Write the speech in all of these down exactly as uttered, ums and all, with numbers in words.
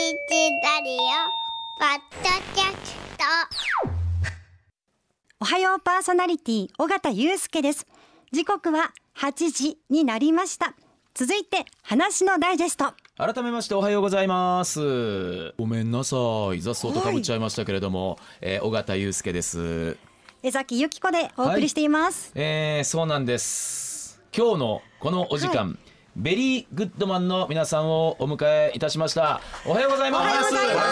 ラディオポッドキャスト。 おはようパーソナリティ尾形祐介です。時刻ははちじになりました。続いて話のダイジェスト。 改めましておはようございます。ごめんなさい、雑草とかぶっちゃいましたけれども、えー、尾形祐介です。 江崎由紀子でお送りしています、 はい。えー、そうなんです。今日のこのお時間、はい、ベリーグッドマンの皆さんをお迎えいたしました。おはようございます。おはようございます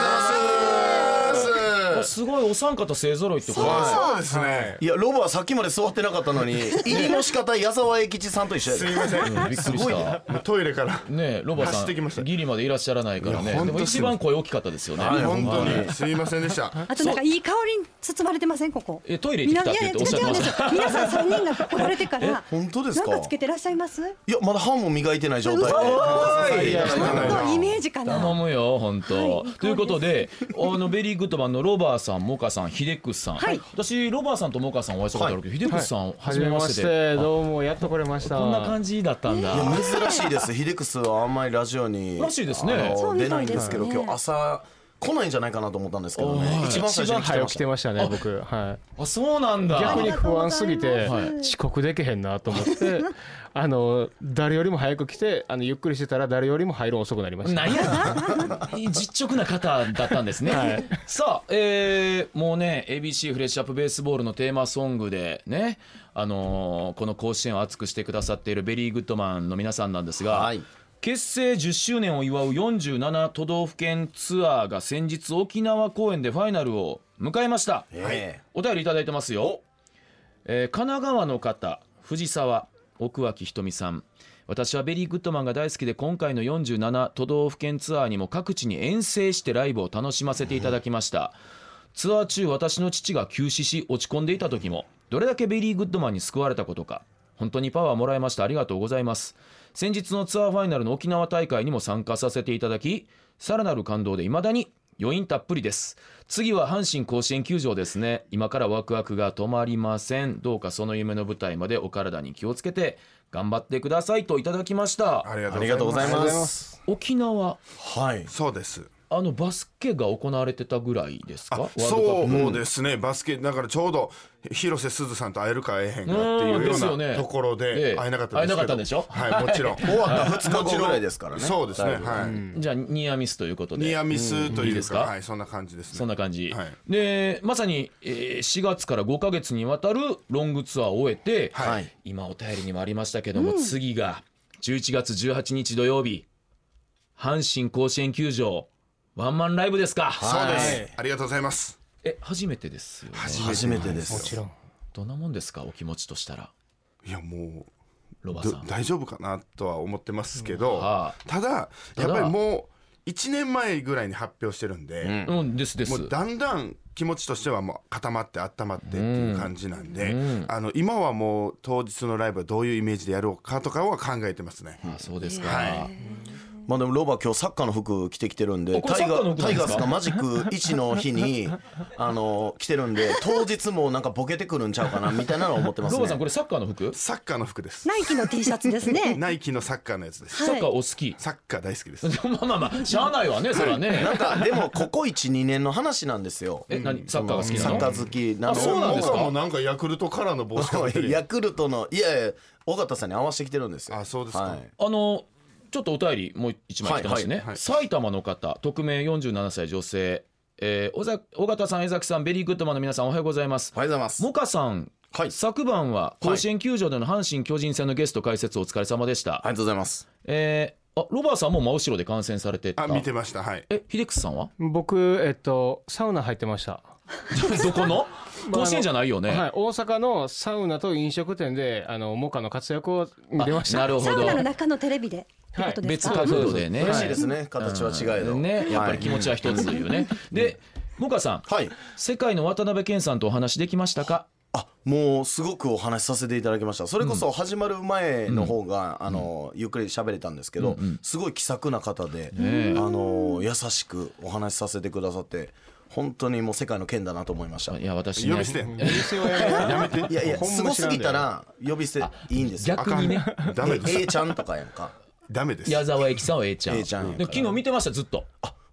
。すごいお三方勢ぞろいってことです。 そうですね。いやロボはさっきまで座ってなかったのに入りの仕方矢沢永吉さんと一緒や。 すみません、 うん、びっくりした。 トイレからね、ロボさんギリまでいらっしゃらないからね。でも一番声大きかったですよね。 本当にすみませんでした。 あとなんかいい香りに包まれてませんここ。 えトイレ行ってきたっておっしゃってました。 皆さんさんにんが来られてから本当ですか。 なんかつけてらっしゃいます？ いやまだ歯も磨いてない状態で。 いやイメージかな。 頼むよ本当。ということであのベリーグッドマンのロバーさん、モカさん、ヒデックスさん、はい、私ロバーさんとモカさんお会いしたことあるけど、ヒデックスさん初めましてで、 どうもやっと来れました。 こんな感じだったんだ。 いや珍しいです。ヒデックスはあんまりラジオにらしいですね。 出ないんですけど、今日朝来ないんじゃないかなと思ったんですけどね。一番最初に早く来てましたね僕。はい。 あそうなんだ。 逆に不安すぎて遅刻できへんなと思ってあの誰よりも早く来て、あのゆっくりしてたら誰よりも入る遅くなりました。 なんやな実直な方だったんですね、はい、さあ、えー、もうね エービーシー フレッシュアップベースボールのテーマソングでね、あのー、この甲子園を熱くしてくださっているベリーグッドマンの皆さんなんですが、はい、結成じゅっしゅうねんを祝うよんじゅうなな都道府県ツアーが先日沖縄公演でファイナルを迎えました、はい、お便りいただいてますよ、えー、神奈川の方藤沢奥脇ひとみさん。私はベリーグッドマンが大好きで、今回のよんじゅうなな都道府県ツアーにも各地に遠征してライブを楽しませていただきました、うん、ツアー中私の父が急死し落ち込んでいた時もどれだけベリーグッドマンに救われたことか、本当にパワーもらいました。ありがとうございます。先日のツアーファイナルの沖縄大会にも参加させていただき、さらなる感動で未だに余韻たっぷりです。次は阪神甲子園球場ですね。今からワクワクが止まりません。どうかその夢の舞台までお体に気をつけて頑張ってくださいといただきました。 ありがとうございます。 沖縄、 はい、 そうです。 あのバスケが行われてたぐらいですか。 そうですね、バスケだからちょうど広瀬すずさんと会えるか会えへんかっていうようなところで会えなかったんですけど、会えなかったんでしょ。 はい、 もちろん終わったふつかごぐらいですからね。 そうですね、はい、 うん、じゃあニアミスということで。 ニアミスというか、うん、いいですか。はい、そんな感じですね。 そんな感じ、 はい、 でまさに、えー、しがつからごかげつにわたるロングツアーを終えて、はい、今お便りにもありましたけども、うん、次がじゅういちがつじゅうはちにち土曜日、阪神甲子園球場ワンマンライブですか。 そうです、ありがとうございます。 え初めてですよね。 初めてです。 もちろん。 どんなもんですかお気持ちとしたら。 いやもうロバさん大丈夫かなとは思ってますけど、 うん、はあ、 ただやっぱりもういちねんまえぐらいに発表してるんで、 うん、ですです。 もうだんだん気持ちとしてはもう固まって温まってっていう感じなんで、うん、あの今はもう当日のライブはどういうイメージでやろうかとかは考えてますね。 あ、そうですか。 はい。 まあでもロバ今日サッカーの服着てきてるんで、タイガータイガースがマジックいちの日にあの着てるんで、当日もなんかボケてくるんちゃうかなみたいなのを思ってますね。 ロバさんこれサッカーの服？ サッカーの服です。 ナイキの T シャツですね。 ナイキのサッカーのやつです。 サッカーお好き？ サッカー大好きです。 まあまあまあしゃあないわねそれはね。 なんかでもここいちにねんの話なんですよ。 え何サッカーが好きなの？ サッカー好きなの。 あ、そうなんですか。 僕もなんかヤクルトカラーの帽子かぶってる。 ヤクルトのいやいや尾形さんに合わせてきてるんですよ。 あ、そうですか。はい、 あのちょっとお便りもう一枚来てましてね、はいはいはい、埼玉の方匿名よんじゅうななさい女性、えー、尾形さん江崎さんベリーグッドマンの皆さんおはようございます。 おはようございます。 モカさん、はい、昨晩は甲子園球場での阪神巨人戦のゲスト解説お疲れ様でした。 ありがとうございます。 えー、あロバーさんも真後ろで観戦されてた。 あ、見てました。はい。 えヒデックスさんは？ 僕えっとサウナ入ってました。 どこの？甲子園じゃないよね。 はい、大阪のサウナと飲食店であのモカの活躍を見てました。 なるほど。 サウナの中のテレビで。 はい、別角度でね。 嬉しいですね。形は違えど、 うん、ね、やっぱり気持ちは一つというね。で、モカさん、はい、世界の渡辺謙さんとお話できましたか？ あ、もうすごくお話しさせていただきました。それこそ始まる前の方が、うん、あのゆっくり喋れたんですけど、うんうん、すごい気さくな方で、あの優しくお話しさせてくださって。本当にもう世界の剣だなと思いました。 いや私ね、 呼び捨て呼び捨てはやめて。 いやいやすごすぎたら呼び捨ていいんですよ。 逆にね、 ダメです。 A ちゃんとかやんか。 ダメです。 矢沢永吉さんは A ちゃん。 A ちゃん。 で昨日見てましたずっと。 あ、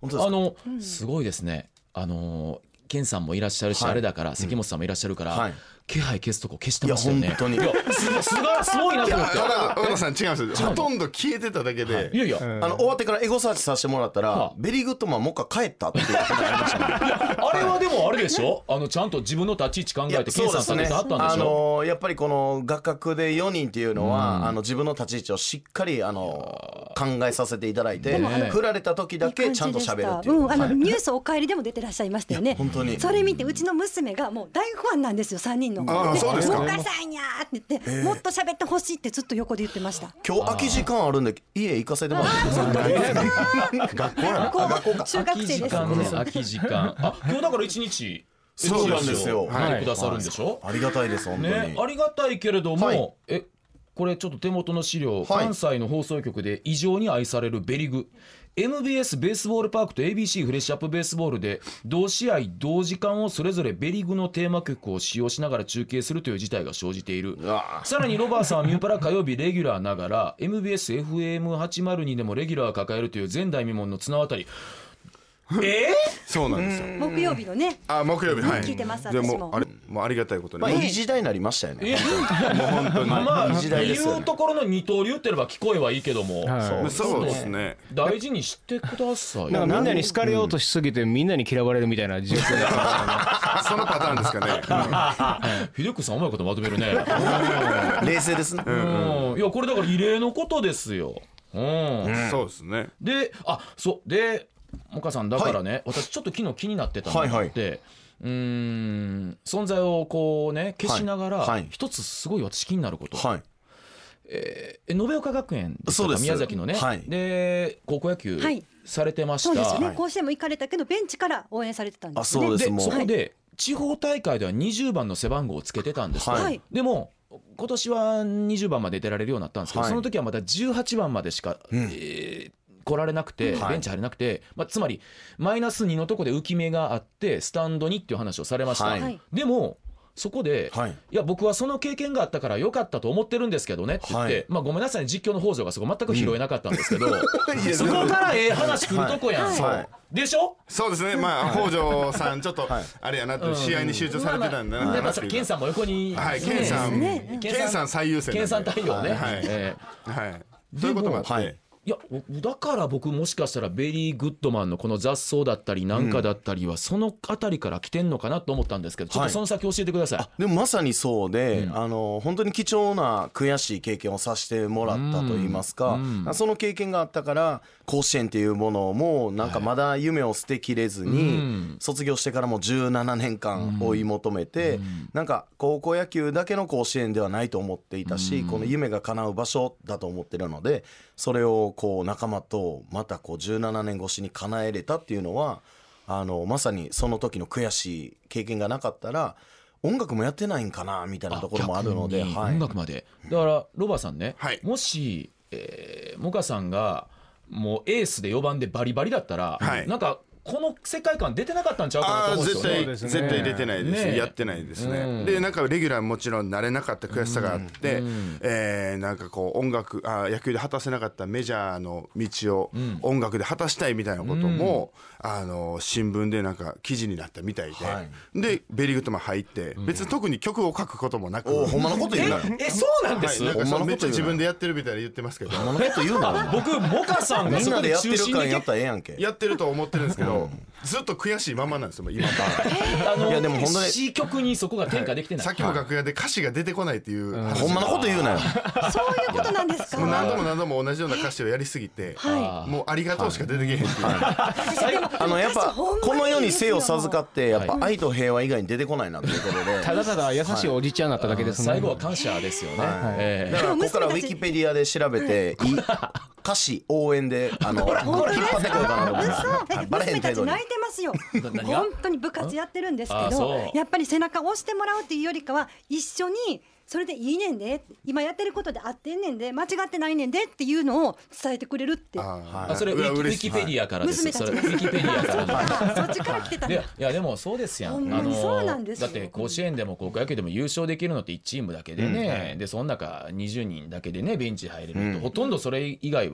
本当ですか。 あの、すごいですね。あのケンさんもいらっしゃるし、 はいあれだから関本さんもいらっしゃるから、 はい気配消すとこ消していやましたよね。 本当にいやすすがすごいなと思って。 ただ小野さん違います。ほとんど消えてただけで、 いやいや、 あの終わってからエゴサーチさせてもらったら、 はあベリーグッドマンもう一回帰ったっていうことがありましたね。 あれはでもあれでしょ。あのちゃんと自分の立ち位置考えてケンさん立ててはったんでしあょ。 のやっぱりこの画角でよにんっていうのは、 うんあの自分の立ち位置をしっかりあの考えさせていただいて、 でもあの振られた時だけちゃんと喋るっていう。 うん、あのはいニュースお帰りでも出てらっしゃいましたよね。 本当にそれ見てうちの娘がもう大ファンなんですよ、さんにんの。 ああそうですかお母さんやーって言って、もっと喋ってほしいってずっと横で言ってました。 今日空き時間あるんで家行かせてもらっていいですか。学校やな。 こう学校か。 中学空き生です。 時間ね、空き時間。あ、今日だから一日。 そうなんですよ来てくださるんでしょ。 ありがたいです本当に。 ね、ありがたいけれども、 はいえこれちょっと手元の資料、 はい関西の放送局で異常に愛されるベリグ エムビーエス ベースボールパークと エービーシー フレッシュアップベースボールで同試合同時間をそれぞれベリグのテーマ曲を使用しながら中継するという事態が生じている。 うわさらにロバーさんはミューパラ火曜日レギュラーながら エムビーエスエフエムはちまるに でもレギュラーを抱えるという前代未聞の綱渡り。えそうなんですよ。 木曜日のね。 あ木曜日はい。 聞いてますで私ももあれもうありがたいことに。 まあもういい時代になりましたよね。 本当に。 まあいい時代ですよね言うところの二刀流ってれば聞こえはいいけども、 はいそうですね。 大事にしてください。 なんかみんなに好かれようとしすぎてみんなに嫌われるみたいな状況だそのパターンですかね。 秀樹さんうまいことまとめるね。 冷静ですね。 うん、いやこれだから異例のことですよ。うん。 そうですね。 で、あ、そうで、もかさんだからね、私ちょっと昨日気になってたのがあって、うーん存在をこうね消しながら、 はいはい一つすごい私気になること。 はい。 えー延岡学園でしたかそうです宮崎のね、 はいで高校野球はいされてました。 そうですよね、 はい甲子園も行かれたけどベンチから応援されてたんですよね。 あそうですでもうそこで地方大会ではにじゅうばんの背番号をつけてたんですよ、 はいでも今年はにじゅうばんまで出られるようになったんですけど、 はいその時はまだじゅうはちばんまでしか、 うんえー来られなくて、 はいベンチ入れなくて、まあ、つまりマイナスにのとこで浮き目があってスタンドにっていう話をされました、 はいでもそこで、 はいいや僕はその経験があったから良かったと思ってるんですけどねって言って、 はいまあ、ごめんなさいね実況の北条がそこ全く拾えなかったんですけど、 いやそこからええ話来るとこやん、 はいはいでしょ。 そうですね。まあ北条さんちょっとはいあれやなって試合に集中されてたんだまあまあやっぱなっていうか。 ケンさんも横に、 はいケンさんねケンさん最優先なんで。 ケンさん対応ね、 はいえはい。そういうこともあっはいて。 ーいやだから僕もしかしたらベリーグッドマンのこの雑草だったりなんかだったりはそのあたりから来てんのかなと思ったんですけど、ちょっとその先教えてください。 でもまさにそうで、あの本当に貴重な悔しい経験をさせてもらったといいますか、その経験があったから甲子園っていうものもなんかまだ夢を捨てきれずに、卒業してからもじゅうななねんかん追い求めて、なんか高校野球だけの甲子園ではないと思っていたし、この夢が叶う場所だと思ってるので、それをこう仲間とまたこうじゅうななねん越しに叶えれたっていうのは、あのまさにその時の悔しい経験がなかったら音楽もやってないんかなみたいなところもあるので、 逆にはい音楽までだからロバさんね、 はいもし、えー、モカさんがもうエースでよばんでバリバリだったら、 はいなんかこの世界観出てなかったんちゃうかなとああ思うんです絶対よね。 そうですね絶対出てないです、 ねやってないですね、 うんでなんかレギュラーもちろんなれなかった悔しさがあって、えーなんかこう音楽あ野球で果たせなかったメジャーの道を音楽で果たしたいみたいなことも、あの新聞でなんか記事になったみたいで、 はでベリーグッドマン入って別に特に曲を書くこともなく、 おほんまのこと言うなよ。 えそうなんです、 はい、なんかほんまのこと言うなそうめっちゃ自分でやってるみたいに言ってますけどほんまのこと言うな。 僕モカさんがそこでみんなでやって中心でる感やったらええやんけ。 やってると思ってるんですけど、ずっと悔しいままなんですよもう今あのいやでも本当に C 曲にそこが転化できてない、 さっきも楽屋で歌詞が出てこないっていう話ほんまのこと言うなよ。 そういうことなんですか。 もう何度も何度も同じような歌詞をやりすぎて、 はもうありがとうしか出てけへんっていう、 最後あのやっぱほんまにこの世に生を授かってやっぱは愛と平和以外に出てこないなということで。 ただただ優しいおじちゃんだっただけですね。 最後は感謝ですよね、えだーからここからウィキペディアで調べていい歌詞応援であの引っ本当です張ってこようかなと思います。 嘘はいバレへ娘ん程度にたち泣いてますよ。 何が本当に部活やってるんですけあそうど、やっぱり背中を押してもらうっていうよりかは一緒にそれでいいねんで、今やってることで合ってんねんで、間違ってないねんでっていうのを伝えてくれるって。 ああそれウィキウィ嬉しいキペディアからです、 娘たちそれウィキペディアからそっちから来てたんでだ。 いやでもそうですやん、 ほんまにそうなんですよだって甲子園でも高校野球でも優勝できるのっていちチームだけでね、でその中にじゅうにんだけでねベンチ入れると、ほとんどそれ以外は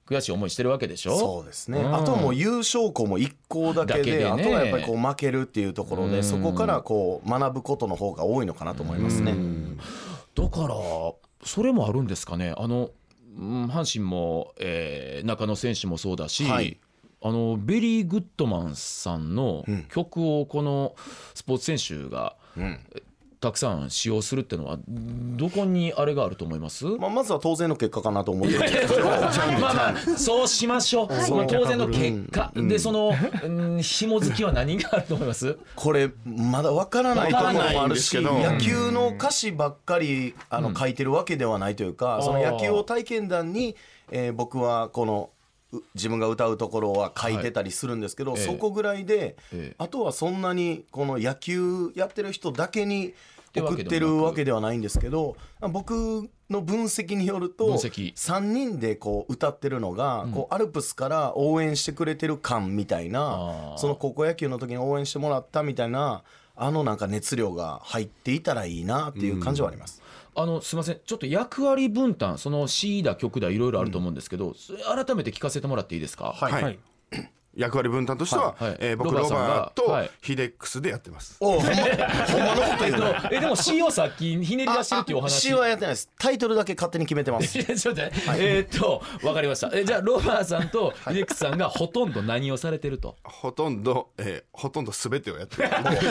悔しい思いしてるわけでしょ。 そうですね、 うん、 あともう優勝校もいっ校だけ で, だけでね、 あとはやっぱりこう負けるっていうところで、うん、そこからこう学ぶことの方が多いのかなと思いますね。うん、 だからそれもあるんですかね。あの阪神も、えー、中野選手もそうだし、はい、あのベリー・グッドマンさんの曲をこのスポーツ選手が、うんたくさん使用するっていうのはどこにあれがあると思います？ まあ、まずは当然の結果かなと思ってるんですけどまあまあそうしましょう。その当然の結果、うん、でその、うん、紐づきは何があると思います？ これまだ分からないところもあるし、野球の歌詞ばっかりあの書いてるわけではないというか、うん、その野球を体験談に、えー、僕はこの自分が歌うところは書いてたりするんですけど、はい、そこぐらいで、ええ、あとはそんなにこの野球やってる人だけに送ってるわけではないんですけど、僕の分析によるとさんにんでこう歌ってるのが、こうアルプスから応援してくれてる感みたいな、その高校野球の時に応援してもらったみたいな、あのなんか熱量が入っていたらいいなっていう感じはあります。 うん、あのすいません、ちょっと役割分担、その詩だ曲だいろいろあると思うんですけど、うん、改めて聞かせてもらっていいですか？ はい、はい、役割分担としては、はいはい、えー、僕ロバーとヒデックスでやってます。 おほんまのこと言うのえでも C をさっきひねり出してるっていうお話。 C はやってないです。タイトルだけ勝手に決めてます。 ちょっと待って、はい、えー、っと分かりました。えじゃあロバーさんとヒデックスさんがほとんど何をされてると？ ほとんど、えー、ほとんど全てをやってる。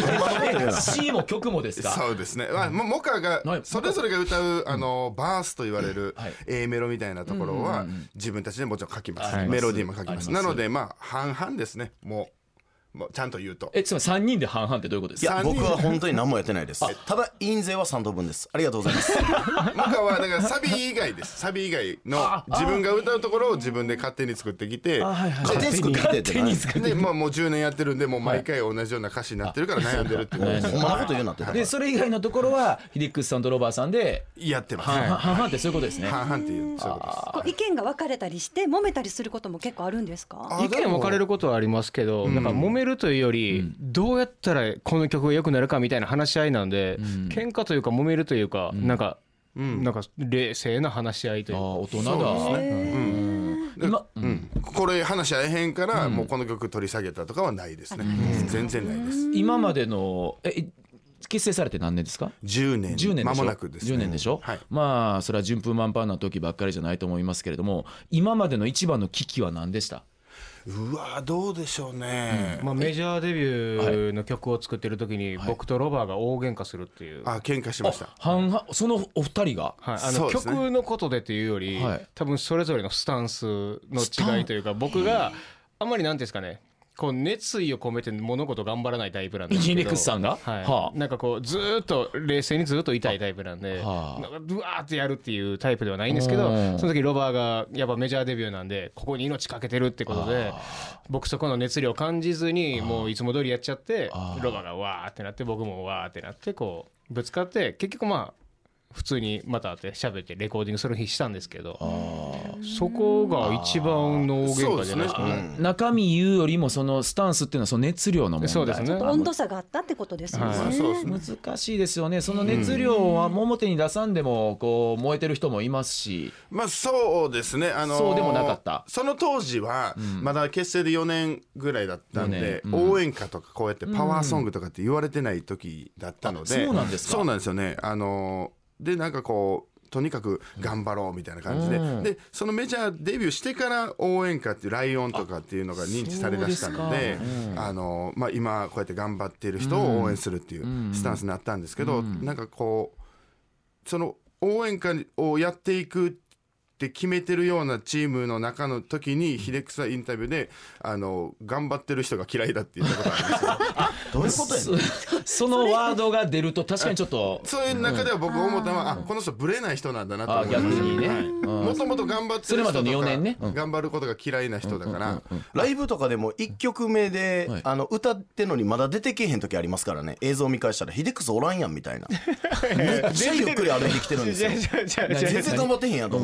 C も曲もですか？ そうですね、まあ、モカがそれぞれが歌うあのバースと言われる A メロみたいなところは自分たちでもちろん書きます。メロディーも書きます。なのでまあ半々ですね。もう、もうちゃんと言うと、 えつまりさんにんで半々ってどういうことですか？ いや僕は本当に何もやってないです。ただ印税はさん等分です。ありがとうございます。 モカはだからサビ以外です。サビ以外の自分が歌うところを自分で勝手に作ってきて、 勝手に作ってきてってで、まあ、もうじゅうねんやってるんで、もう毎回同じような歌詞になってるから悩んでるっていう、 ほんまなこと言うなって。 でそれ以外のところはヒデックスさんとロバーさんでやってます。 半々ってそういうことですね。 半々っていうそういうことです。 意見が分かれたりして揉めたりすることも結構あるんですか？ 意見分かれることはありますけど、なんか揉めるというより、どうやったらこの曲が良くなるかみたいな話し合いなんで、うん、喧嘩というか揉めるというか、うん、なんか、うん、なんか冷静な話し合いというか。あ大人だ。今、 うん、これ話し合えへんから、うん、もうこの曲取り下げたとかはないですね。うん、全然ないです。 今までのえ結成されて何年ですか？ じゅうねん。 じゅうねんでしょ。 間もなくですね。 じゅうねんでしょ。はい、まあそれは順風満帆な時ばっかりじゃないと思いますけれども、今までの一番の危機は何でした？ うわどうでしょうね、 うんまあ、メジャーデビューの曲を作ってる時に僕とロバーが大喧嘩するっていう、 はい、あ喧嘩しました。 半々そのお二人が、 はい、あの曲のことでっていうより、はい、多分それぞれのスタンスの違いというか、僕があんまりなんていうんですかね、こう熱意を込めて物事頑張らないタイプなんですけど、 ヒデックスさんが、 はいはあ、なんかこうずっと冷静にずっといたいタイプなんで、はあ、なんかブワーってやるっていうタイプではないんですけど、その時ロバーがやっぱメジャーデビューなんでここに命かけてるってことで、僕そこの熱量感じずにもういつも通りやっちゃって、ロバーがわーってなって僕もわーってなってこうぶつかって、結局まあ普通にまた会って喋ってレコーディングする日したんですけど、そこが一番の大喧嘩じゃないですかね。 中身言うよりもそのスタンスっていうのはその熱量の問題。 そうですね。 温度差があったってことですよね。はい、 そうですね。難しいですよね。その熱量は表に出さんでもこう燃えてる人もいますし、 まあそうですね。あのー、 そうでもなかった。 その当時はまだ結成でよねんぐらいだったんで、うん、応援歌とかこうやってパワーソングとかって言われてない時だったので、 そうなんですか。 そうなんですよね。あのーでなんかこうとにかく頑張ろうみたいな感じで、うん、でそのメジャーデビューしてから応援歌っていうライオンとかっていうのが認知されだしたので、うんあのまあ、今こうやって頑張っている人を応援するっていうスタンスになったんですけど、うん、なんかこうその応援歌をやっていくって決めてるようなチームの中の時にヒデックスはインタビューであの頑張ってる人が嫌いだって言ったことあるんですよ。 どういうことやねん。 そのワードが出ると確かにちょっとそういう中では僕思ったのは、うん、あこの人ブレない人なんだなと思いました。 逆にね、はい、 もともと頑張ってる人とかそれまでのよねんね、うん、頑張ることが嫌いな人だから、うんうんうんうん、 ライブとかでもいっきょくめで、はい、あの歌ってんのにまだ出てけへん時ありますからね。映像見返したらヒデックスおらんやんみたいなめっちゃゆっくり歩いてきてるんですよ。全然頑張ってへんやんと思いながら、 うん、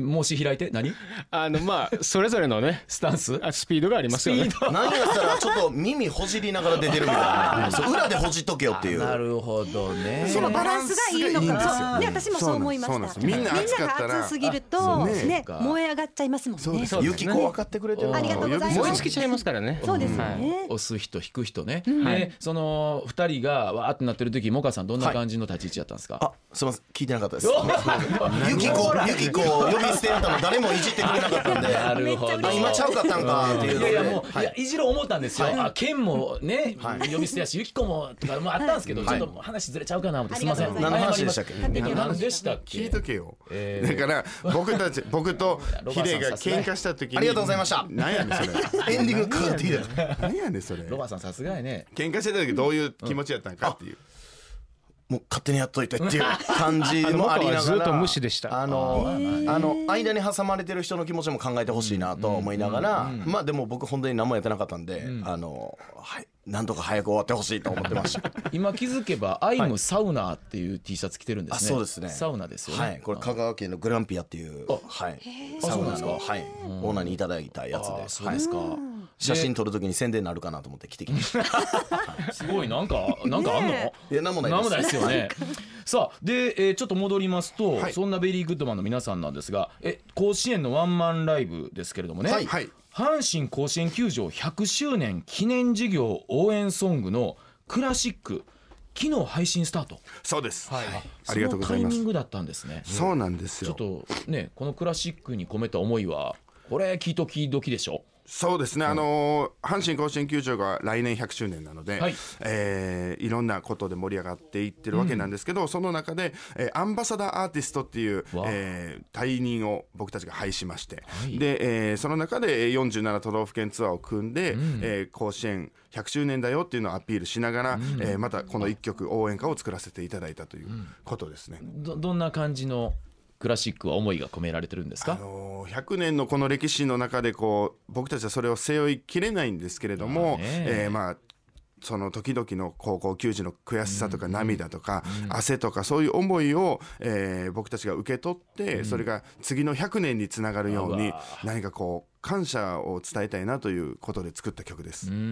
申し開いて何あのまあそれぞれのねスタンスあスピードがありますよね。 何やったらちょっと耳ほじりながら出てるみたいなそう裏でほじっとけよっていう。 なるほどね。 でもバランスがいいのかバな。ね、私もそう思いました。 みんな暑かったらが暑すぎるとね燃え上がっちゃいますもんね。 ゆきこ分かってくれてる。 ありがとうございます。 燃え尽きちゃいますからね。 そうですよね。 押す人引く人ね。でそのふたりがわーってなってる時、もかさんどんな感じの立ち位置やったんですか。 あ、すみません、聞いてなかったです。ゆきこゆきこ呼び捨てやったの誰もいじってくれなかったんで。 なるほど。 今ちゃうかったんかっていうので。 いやいやもういやいじろう思ったんですよ。あ、ケンもね呼び捨てやしゆきこもとかもあったんですけど、ちょっと話ずれちゃうかな思ってすみません。 何の話でしたっけ。 何でしたっけ。 聞いとけよ。だから僕たち僕とヒデが喧嘩した時にありがとうございました。 何やねんそれ。 エンディングかかっていいだ。 何やねんそれ。 ロバさんさすがやね。 喧嘩してた時どういう気持ちやったんかっていう。 もう勝手にやっといてっていう感じもありながら、 ずっと無視でした。 あのあの間に挟まれてる人の気持ちも考えてほしいなと思いながら、まあでも僕本当に何もやってなかったんで、あのはいなんとか早く終わってほしいと思ってました。 今気づけばアイムサウナーっていう T シャツ着てるんですね。 あ、そうですね。 サウナですよね。 はい、これ香川県のグランピアっていうはいサウナのはいオーナーにいただいたやつで、 そうですか。 写真撮るときに宣伝になるかなと思って着てきました。 すごいなんかなんかあんの？ いやなんもないです。 なんもないですよね。さあで、えー、ちょっと戻りますと、 はい、 そんなベリーグッドマンの皆さんなんですが、え甲子園のワンマンライブですけれどもね、 はいはい、 阪神甲子園球場ひゃくしゅうねん記念事業応援ソングのクラシック昨日配信スタート。 そうです、はい、 ありがとうございます。そのタイミングだったんですね。 そうなんですよ。 ちょっとねこのクラシックに込めた思いはこれ聞いときどきでしょ。 そうですね、あのー、阪神甲子園球場が来年ひゃくしゅうねんなので、はいえー、いろんなことで盛り上がっていってるわけなんですけど、うん、その中で、えー、アンバサダーアーティストっていう、えー、退任を僕たちが拝しまして、はいでえー、その中でよんじゅうなな都道府県ツアーを組んで、うんえー、甲子園ひゃくしゅうねんだよっていうのをアピールしながら、うんえー、またこのいっきょく応援歌を作らせていただいたということですね。 うん、ど, どんな感じのクラシックは思いが込められてるんですか。 あのー、ひゃくねんのこの歴史の中でこう僕たちはそれを背負いきれないんですけれども、えー、まあその時々の高校球児の悔しさとか涙とか汗とかそういう思いを、えー、僕たちが受け取ってそれが次のひゃくねんにつながるように何かこう感謝を伝えたいなということで作った曲です。 うん、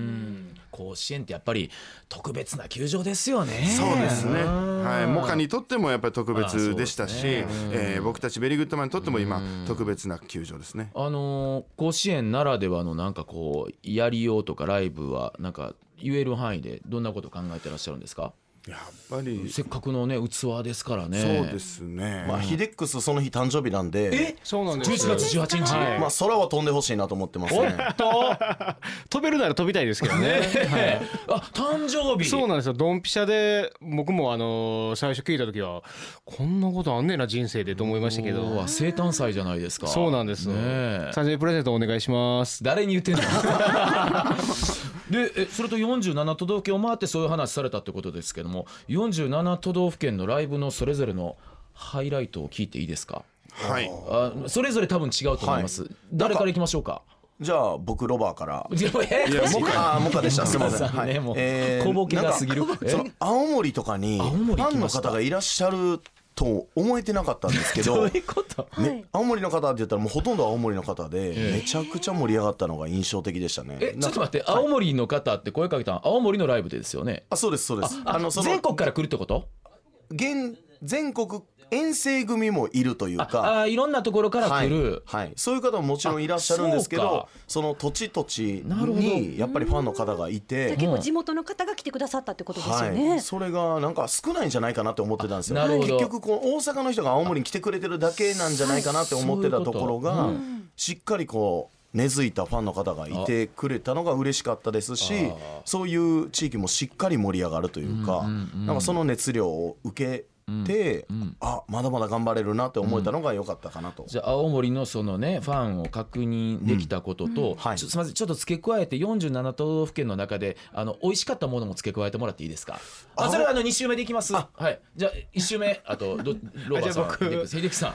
甲子園ってやっぱり特別な球場ですよね。 そうですね、はい、モカにとってもやっぱり特別でしたし、ねえー、僕たちベリーグッドマンにとっても今特別な球場ですね。 あのー、甲子園ならではのなんかこうやりようとかライブはなんか言える範囲でどんなこと考えてらっしゃるんですか。 やっぱりせっかくのね器ですからね。 そうですね、 まあ、ヒデックスその日誕生日なんでえそうなんです。じゅういちがつじゅうはちにち、 はい、まあ空は飛んでほしいなと思ってますね。 おっと飛べるなら飛びたいですけどね、はい、 あ誕生日そうなんですよ。ドンピシャで僕もあの最初聞いた時はこんなことあんねえな人生でと思いましたけど生誕祭じゃないですか。 そうなんです、ね、誕生日プレゼントお願いします。 誰に言ってんのでえそれとよんじゅうなな都道府県を回ってそういう話されたってことですけどもよんじゅうなな都道府県のライブのそれぞれのハイライトを聞いていいですか。 はいあそれぞれ多分違うと思います、はい、誰からいきましょうか。 じゃあ僕ロバーからいやモカあモカでしたすみません、 はいね、もう小ボケが過ぎる。 その青森とかにファンの方がいらっしゃると思えてなかったんですけどどういうこと、 ね、青森の方って言ったらもうほとんど青森の方でめちゃくちゃ盛り上がったのが印象的でしたね。 えちょっと待って青森の方って声かけたの青森のライブでですよね。 あそうですそうです。 ああのその全国から来るってこと。 現全国遠征組もいるというかああいろんなところから来る、 はいはい、そういう方ももちろんいらっしゃるんですけど そ, その土地土地にやっぱりファンの方がいて結構地元の方が来てくださったってことですよね、 はい、それがなんか少ないんじゃないかなって思ってたんですよ。 なるほど。 結局この大阪の人が青森に来てくれてるだけなんじゃないかなって思ってたところが、はい、しっかりこう根付いたファンの方がいてくれたのが嬉しかったですしそういう地域もしっかり盛り上がるというか、うんうんうん、なんかその熱量を受けで、うんうん、あまだまだ頑張れるなって思えたのが良かったかなと、うん、 じゃあ青森のそのねファンを確認できたことと、うんうんはい、ちょすみませんちょっと付け加えてよんじゅうなな都道府県の中であの美味しかったものも付け加えてもらっていいですか。あそれはあのに週目でいきます。はいじゃあいち週目あとどロバーさん秀樹さん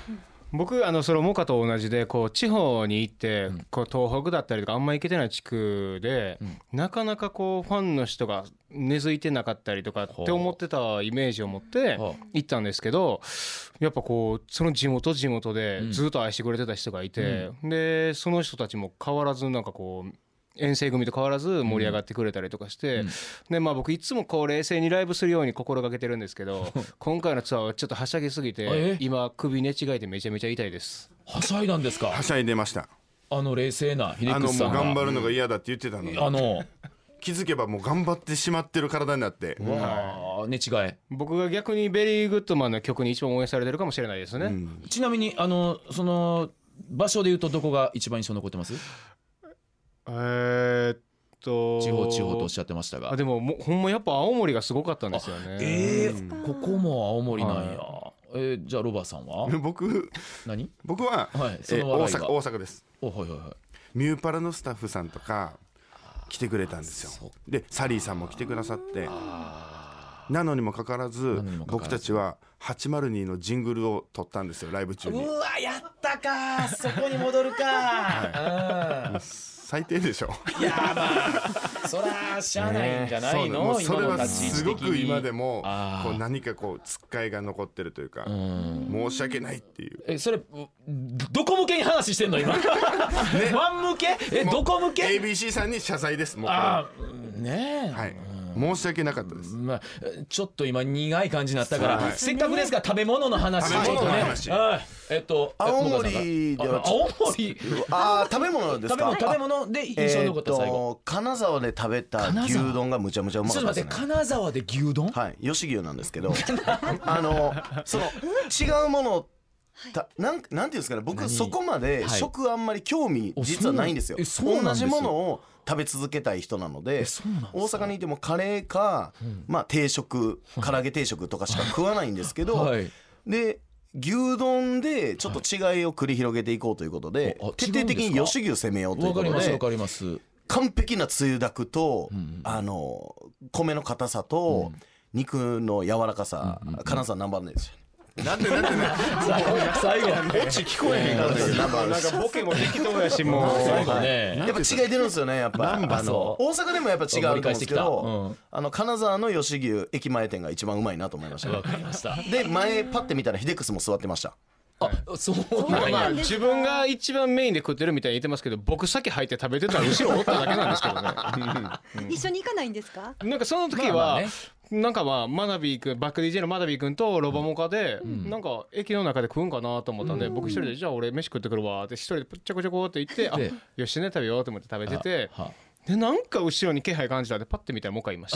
僕あのそのモカと同じでこう地方に行ってこう東北だったりとかあんま行けてない地区でなかなかこうファンの人が根付いてなかったりとかって思ってたイメージを持って行ったんですけど、やっぱこうその地元地元でずっと愛してくれてた人がいて、でその人たちも変わらずなんかこう遠征組と変わらず盛り上がってくれたりとかして、でまあ僕いつもこう冷静にライブするように心がけてるんですけど今回のツアーはちょっとはしゃぎすぎて今首寝違えてめちゃめちゃ痛いです。 はしゃいだんですか？ はしゃいでました。 あの冷静な秀あの樹さがもうん頑張るのが嫌だって言ってたのに、 あの気づけばもう頑張ってしまってる体になって、 わあ寝違え。 僕が逆にベリーグッドマンの曲に一番応援されてるかもしれないですね、うん、 ちなみにあのその場所でいうとどこが一番印象残ってます？ えーっと地方地方とおっしゃってましたが、 あでももほんまやっぱ青森がすごかったんですよね。 えー、ここも青森なんや、はい、えー、じゃあロバさんは？ 僕何僕は、 はい、そえー、 の話題は大阪大阪です。 おはいはいはい。 ミューパラのスタッフさんとか来てくれたんですよ。でサリーさんも来てくださって、なのにもかかわらず僕たちははちまるにのジングルを撮ったんですよ、ライブ中に。 うわやったか、そこに戻るか、 はい、最低でしょ。 いやまあそらしゃあないんじゃないの、 ね、それはすごく今でもこうう何かこうつっかいが残ってるというか、申し訳ないっていう。 えそれどこ向けに話してんの今？ね、ワン向け？えどこ向け？ エービーシー さんに謝罪です。もうあねえ、 はい、申し訳なかったです、 まあ、ちょっと今苦い感じになったから、はい、せっかくですから食べ物の話食べ物の話、 はい、えっと青森では青森あ食べ物ですか？ 食べ物食べ物で印象に残った最後、 えー、金沢で食べた牛丼がむちゃむちゃうまかったですね。 ちょっと待って、金沢で牛丼？ はい吉牛なんですけどあのその違うものたなんなんていうんですかね、僕そこまで食あんまり興味実はないんですよ。同じものを食べ続けたい人なので、大阪にいてもカレーか、まあ定食、唐揚げ定食とかしか食わないんですけど、 はい、 で牛丼でちょっと違いを繰り広げていこうということで、はい、徹底的に吉牛攻めようということで、 わかりますわかります。 完璧なつゆだくと、うん、あの米の硬さと、うん、肉の柔らかさ、うん、金沢ナンバーワンですよ。 なんでなんでね最後オチ聞こえへんかったけど、なんかボケも適当やし、もう最後ねやっぱ違い出るんですよね。やっぱあの大阪でもやっぱ違うと思うんですけど、あの金沢の吉牛駅前店が一番うまいなと思いました。 わかりました。 で前パッて見たらヒデックスも座ってました。 あ、そうなんや。 自分が一番メインで食ってるみたいに言ってますけど、僕先入って食べてたら後ろおっただけなんですけどね。 一緒に行かないんですか？ なんかその時はなんかまあマナビー君、バック ディージェー のマナビー君とロバモカでなんか駅の中で食うんかなと思ったんで、僕一人でじゃあ俺飯食ってくるわって一人でちょこちょこって言って、あよしね食べようと思って食べてて、でなんか後ろに気配感じたんでパッて見たらもう一回いました。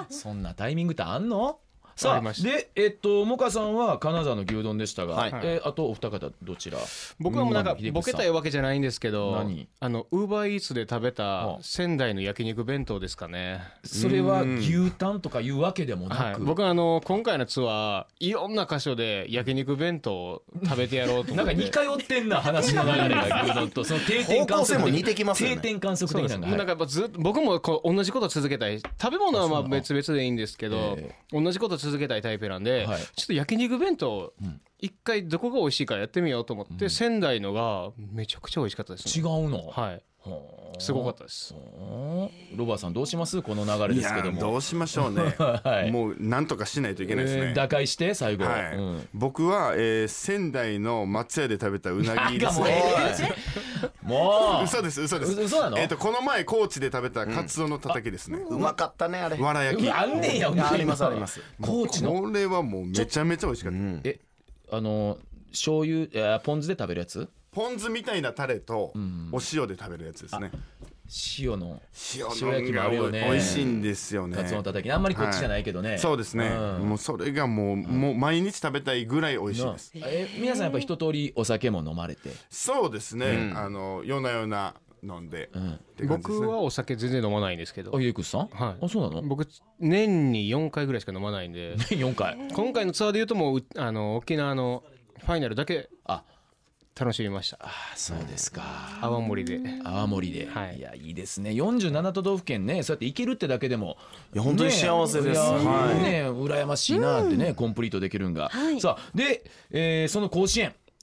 そんなタイミングってあんの？さあでえっとモカさんは金沢の牛丼でしたが、はい、えー、あとお二方どちら？ 僕はもうなんかボケたいわけじゃないんですけど、あのウーバーイーツで食べた仙台の焼肉弁当ですかね。 それは牛タンとかいうわけでもなく、はい、 僕はあの今回のツアーいろんな箇所で焼肉弁当を食べてやろうと思ってなんか似通ってんな話の流れが牛丼とその定点観測も似てきますよね。 定点観測的なのが、 なんかやっぱずっと僕もこう同じこと続けたい、食べ物はまあ別々でいいんですけど、えー、同じこと続けたいタイプなんで、はい、ちょっと焼肉弁当一回どこが美味しいかやってみようと思って、うん、仙台のがめちゃくちゃ美味しかったですね。 違うの？ はい、すごかったです。 ロバーさんどうします？この流れですけども。 いやどうしましょうね、はい、もうなんとかしないといけないですね、 えー、打開して最後、はい、 うん、僕は、えー、仙台の松屋で食べたうなぎですね。もう嘘です嘘です。 嘘なの？ えーとこの前高知で食べたカツオのたたきですね、 うん、うまかったねあれ。 わら焼きあんねんや。 ありますあります。 高知のこれはもうめちゃめちゃ美味しかった、うん、 えあの醤油えポン酢で食べるやつ？ ポン酢みたいなタレとお塩で食べるやつですね。 塩の塩焼きもあるよね。美味しいんですよね。 カツオのたたきあんまりこっちじゃないけどね、はい、 そうですね、うん、もうそれがもう、うん、もう毎日食べたいぐらい美味しいです。 え皆さんやっぱ一通りお酒も飲まれて？ そうですね、うん、あの夜な夜な飲んで、うん、 でね、僕はお酒全然飲まないんですけど。 あ、ゆうくさん？はい。あ、そうなの？ 僕年によんかいぐらいしか飲まないんで。 年よんかい。 今回のツアーでいうともうあの沖縄のファイナルだけあ楽しみました。 あ、そうですか。 泡盛で。 泡盛で。 はい。 いやいいですね。よんじゅうなな都道府県ね、そうやって行けるってだけでも、 いや本当に幸せです。 はい。ね、羨ましいなってね、コンプリートできるんが。さあで、えー、その甲子園。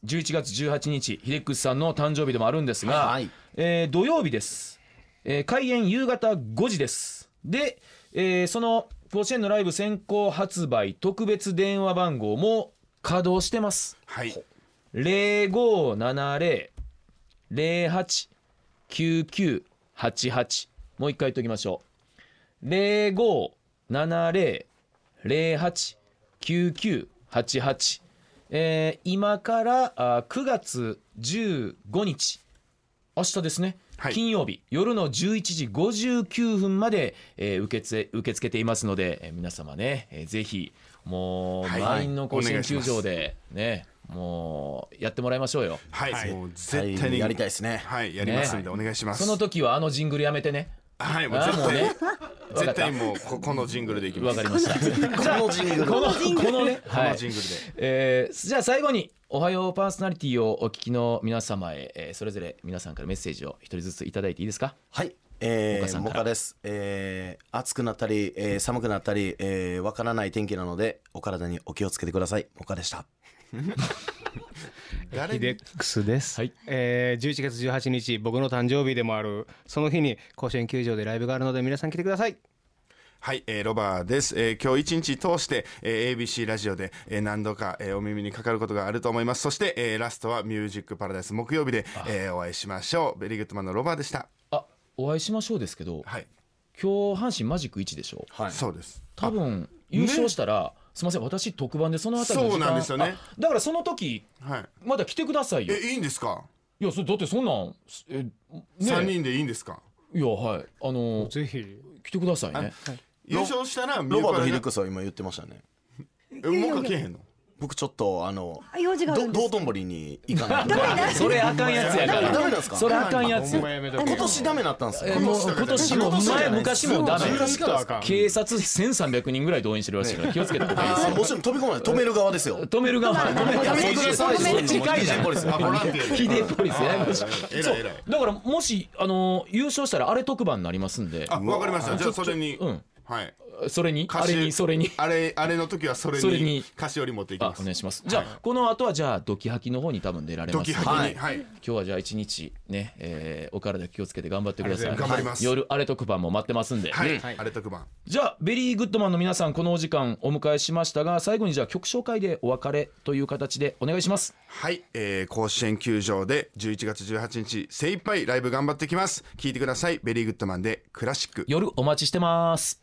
じゅういちがつじゅうはちにち秀樹さんの誕生日でもあるんですが、 はいえー土曜日です、えー開演夕方ごじですで、えーその甲子園のライブ先行発売特別電話番号も稼働してます。 はい。 ゼロごーななゼロ ゼロはち きゅうきゅうはちはちもう一回言っておきましょう。ゼロごーななゼロ ゼロはち きゅうきゅうはちはち、えー、今からあくがつじゅうごにち明日ですね、 はい、 金曜日夜のじゅういちじごじゅうきゅうふんまで、えー、受けつ受け付けていますので、えー、皆様ね、えー、ぜひもう、 はい、 満員の甲子園球場でねもうやってもらいましょうよ。 はい、 はい、 もう絶対にやりたいですね。 はいやりますんで、ね、お願いします。 その時はあのジングルやめてね。 はいもう絶対ね絶対もうここのジングルでいきます。 わかりました。 このジングルこのこのねこのジングルで、 えー、じゃあ最後におはようパーソナリティをお聞きの皆様へ、えー、それぞれ皆さんからメッセージを一人ずついただいていいですか。 はい、えー、 モカさんからモカです、えー、暑くなったり、えー、寒くなったり、えー、わからない天気なのでお体にお気をつけてください。モカでした。 ヒデックスです、 はいえー、じゅういちがつじゅうはちにち僕の誕生日でもあるその日に甲子園球場でライブがあるので皆さん来てください。 はい、えー、ロバーです、えー、今日一日通して、えー、エービーシー ラジオで、えー、何度か、えー、お耳にかかることがあると思います。そして、えー、ラストはミュージックパラダイス木曜日で、えー、お会いしましょう。ベリーグッドマンのロバーでした。 あお会いしましょうですけど、 はい、 今日阪神マジックいちでしょ。 はい、 そうです。 多分優勝したら、ね、すみません私特番でそのあたりの時間そうなんですよね。 だからその時、はい、まだ来てくださいよ。 えいいんですか。 いやそれだってそんなんえ、ね、 さんにんでいいんですか。 いやはいあのー、 ぜひ来てくださいね。 はい、優勝したらロバート・ヒデックスは今言ってましたね。 えもうかけへんの。 僕ちょっとあの用事があるんです。 道頓堀に行かないと。 それあかんやつやからダメなんですか。 それあかんやつ。 今年ダメなったんですよ。 えもう今年も前昔もダメ。 昔からですか。 警察せんさんびゃくにんぐらい動員してるらしいから気をつけてください。 もちろん飛び込まない止める側ですよ。 止める側。 やめてください。 近いじゃん。 ボランティアヒデポリスややこしい。 えらいえらい。 だからもしあの優勝したらあれ特番になりますんで。 あわかりました。じゃあそれに。 うんはいそれにあれにそれにあれあれの時はそれにそれに菓子折り持っていきます。 あお願いします。じゃあ、はい、この後はじゃあドキハキの方に多分出られます。 ドキハキに、はい、 今日はじゃあ一日ね、えー、お体気をつけて頑張ってください。 頑張ります。 夜あれ特番も待ってますんで。 はい、はい、あれ特番。 じゃあベリーグッドマンの皆さんこのお時間お迎えしましたが最後にじゃあ曲紹介でお別れという形でお願いします。 はい、えー、甲子園球場でじゅういちがつじゅうはちにち精一杯ライブ頑張ってきます。聞いてください。ベリーグッドマンでクラシック。 夜お待ちしてます。